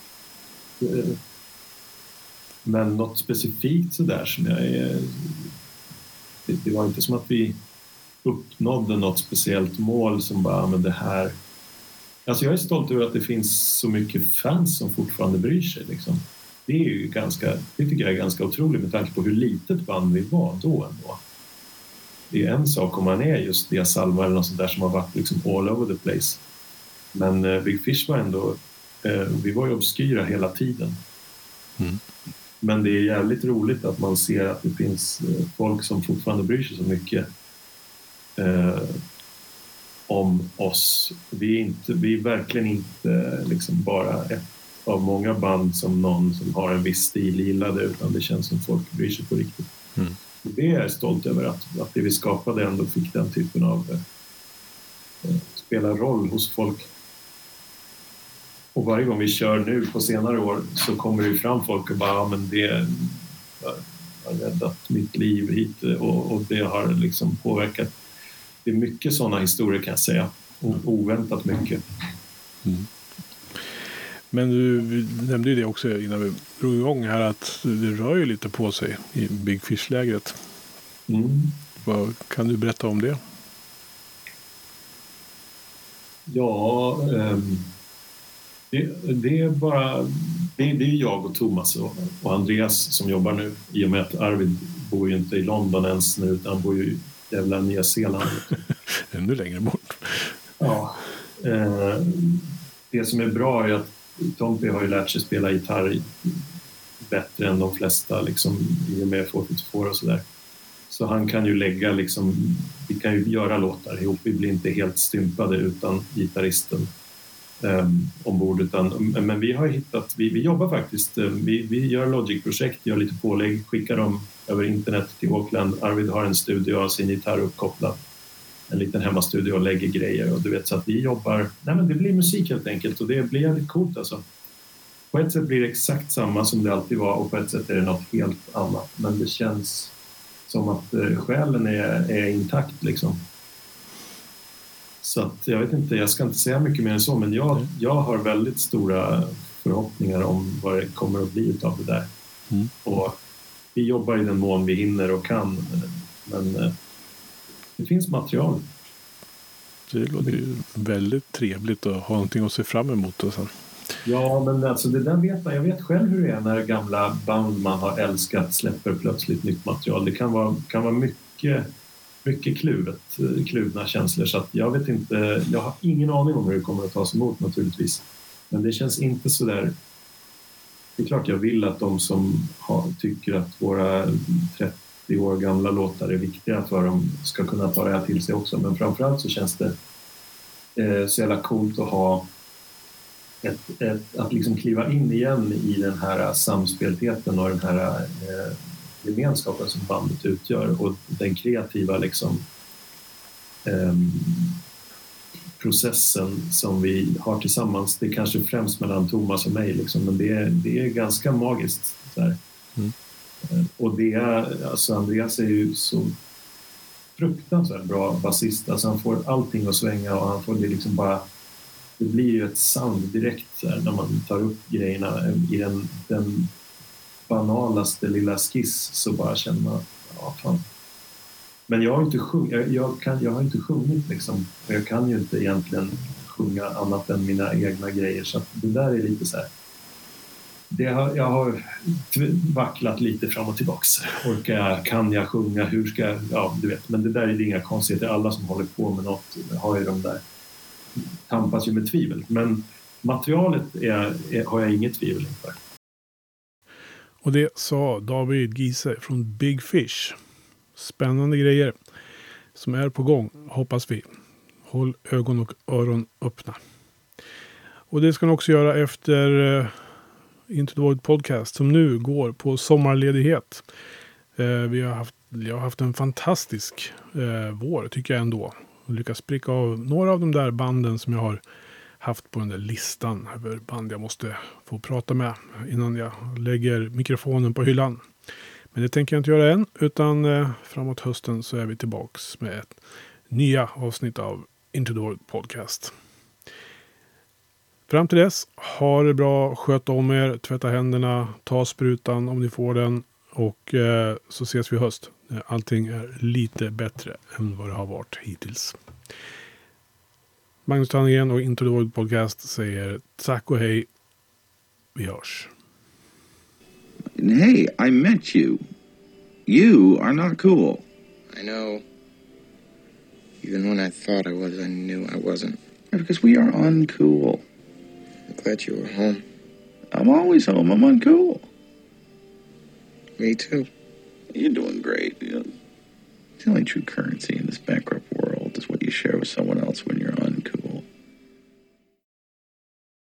Men något specifikt så där som jag är... Det, det var inte som att vi uppnådde något speciellt mål som bara, men det här... Alltså jag är stolt över att det finns så mycket fans som fortfarande bryr sig. Liksom. Det är ju ganska, det tycker jag är ganska otroligt med tanke på hur litet band vi var då ändå. Det är en sak om man är just det Salva eller något sånt där som har varit liksom all over the place. Men eh, Big Fish var ändå, eh, vi var ju obskyra hela tiden. Mm. Men det är jävligt roligt att man ser att det finns eh, folk som fortfarande bryr sig så mycket eh, om oss. Vi är, inte, vi är verkligen inte liksom bara ett av många band som någon som har en viss stil gillade, utan det känns som folk bryr sig på riktigt. Mm. Det är jag stolt över att, att det vi skapade ändå fick den typen av eh, spela roll hos folk. Och varje gång vi kör nu på senare år så kommer det fram folk och bara, ja, men det har räddat mitt liv hit och, och det har liksom påverkat. Det är mycket sådana historier kan jag säga. O- oväntat mycket. Mm. Men du nämnde ju det också innan vi drog igång här, att det rör ju lite på sig i Big Fish-lägret. Mm. Vad kan du berätta om det? Ja, um, det, det är bara... Det, det är jag och Thomas och, och Andreas som jobbar nu. I och med att Arvid bor ju inte i London ens nu, utan han bor ju i jävla Nya Zeeland. Ännu längre bort. Ja. Eh, det som är bra är att Tompi har ju lärt sig spela gitarr bättre än de flesta liksom, i och med fyrtiotvå och sådär. Så han kan ju lägga liksom, vi kan ju göra låtar ihop, vi blir inte helt stympade utan gitarristen um, ombord. Utan, men vi har hittat, vi, vi jobbar faktiskt, vi, vi gör Logic-projekt, gör lite pålägg, skickar dem över internet till Auckland. Arvid har en studio av sin gitarr uppkopplad, en liten hemmastudio och lägger grejer, och du vet, så att vi jobbar, nej men det blir musik helt enkelt, och det blir jävligt coolt alltså. På ett sätt blir det exakt samma som det alltid var, och på ett sätt är det något helt annat, men det känns som att eh, själen är, är intakt liksom. Så att jag vet inte, jag ska inte säga mycket mer än så, men jag, jag har väldigt stora förhoppningar om vad det kommer att bli utav det där. Mm. Och vi jobbar i den mån vi hinner och kan, men eh, det finns material. Det låter ju väldigt trevligt att ha någonting att se fram emot. Och sen. Ja, men alltså det där vet man. Jag vet själv hur det är när gamla band man har älskat släpper plötsligt nytt material. Det kan vara, kan vara mycket, mycket kluvet, kluvna känslor. Så att jag vet inte, jag har ingen aning om hur det kommer att tas emot naturligtvis. Men det känns inte så där. Det är klart jag vill att de som har, tycker att våra trettio år gamla låtar är viktiga för dem ska kunna ta det här till sig också. Men framförallt så känns det eh, så jävla coolt att ha ett, ett, att liksom kliva in igen i den här samspeltheten och den här eh, gemenskapen som bandet utgör, och den kreativa liksom eh, processen som vi har tillsammans. Det är kanske främst mellan Thomas och mig liksom, men det är, det är ganska magiskt så här. Mm. Och det är, alltså Andreas är ju så fruktansvärt bra basist. Alltså han får allting att svänga, och han får det liksom bara, det blir ju ett sound direkt så här, när man tar upp grejerna i den, den banalaste lilla skiss, så bara känner man, ja fan. Men jag har inte sjung, jag, jag, kan, jag har inte sjungit liksom, och jag kan ju inte egentligen sjunga annat än mina egna grejer, så att det där är lite så här. Det har, jag har vacklat lite fram och tillbaks. Orkar jag, kan jag sjunga, hur ska jag, ja du vet, men det där är det inga konstigheter. Alla som håller på med något har ju de där, tampas ju med tvivel. Men materialet är, är, har jag inget tvivel inför. Och det sa David Giese från Big Fish. Spännande grejer som är på gång, hoppas vi. Håll ögon och öron öppna. Och det ska ni också göra efter uh, Into the Void Podcast som nu går på sommarledighet. Uh, vi har haft, jag har haft en fantastisk uh, vår tycker jag ändå. Jag lyckas pricka av några av de där banden som jag har haft på den där listan över band jag måste få prata med innan jag lägger mikrofonen på hyllan. Men det tänker jag inte göra än, utan eh, framåt hösten så är vi tillbaks med ett nya avsnitt av Into the Void Podcast. Fram till dess, ha det bra, sköt om er, tvätta händerna, ta sprutan om ni får den och eh, så ses vi i höst. Allting är lite bättre än vad det har varit hittills. Magnus Tannegren och Into the Void Podcast säger tack och hej. Vi hörs. Hey, I met you. You are not cool. I know. Even when I thought I was, I knew I wasn't. Because we are uncool. I'm glad you were home. I'm always home. I'm uncool. Me too. You're doing great. You know, the only true currency in this bankrupt world is what you share with someone else when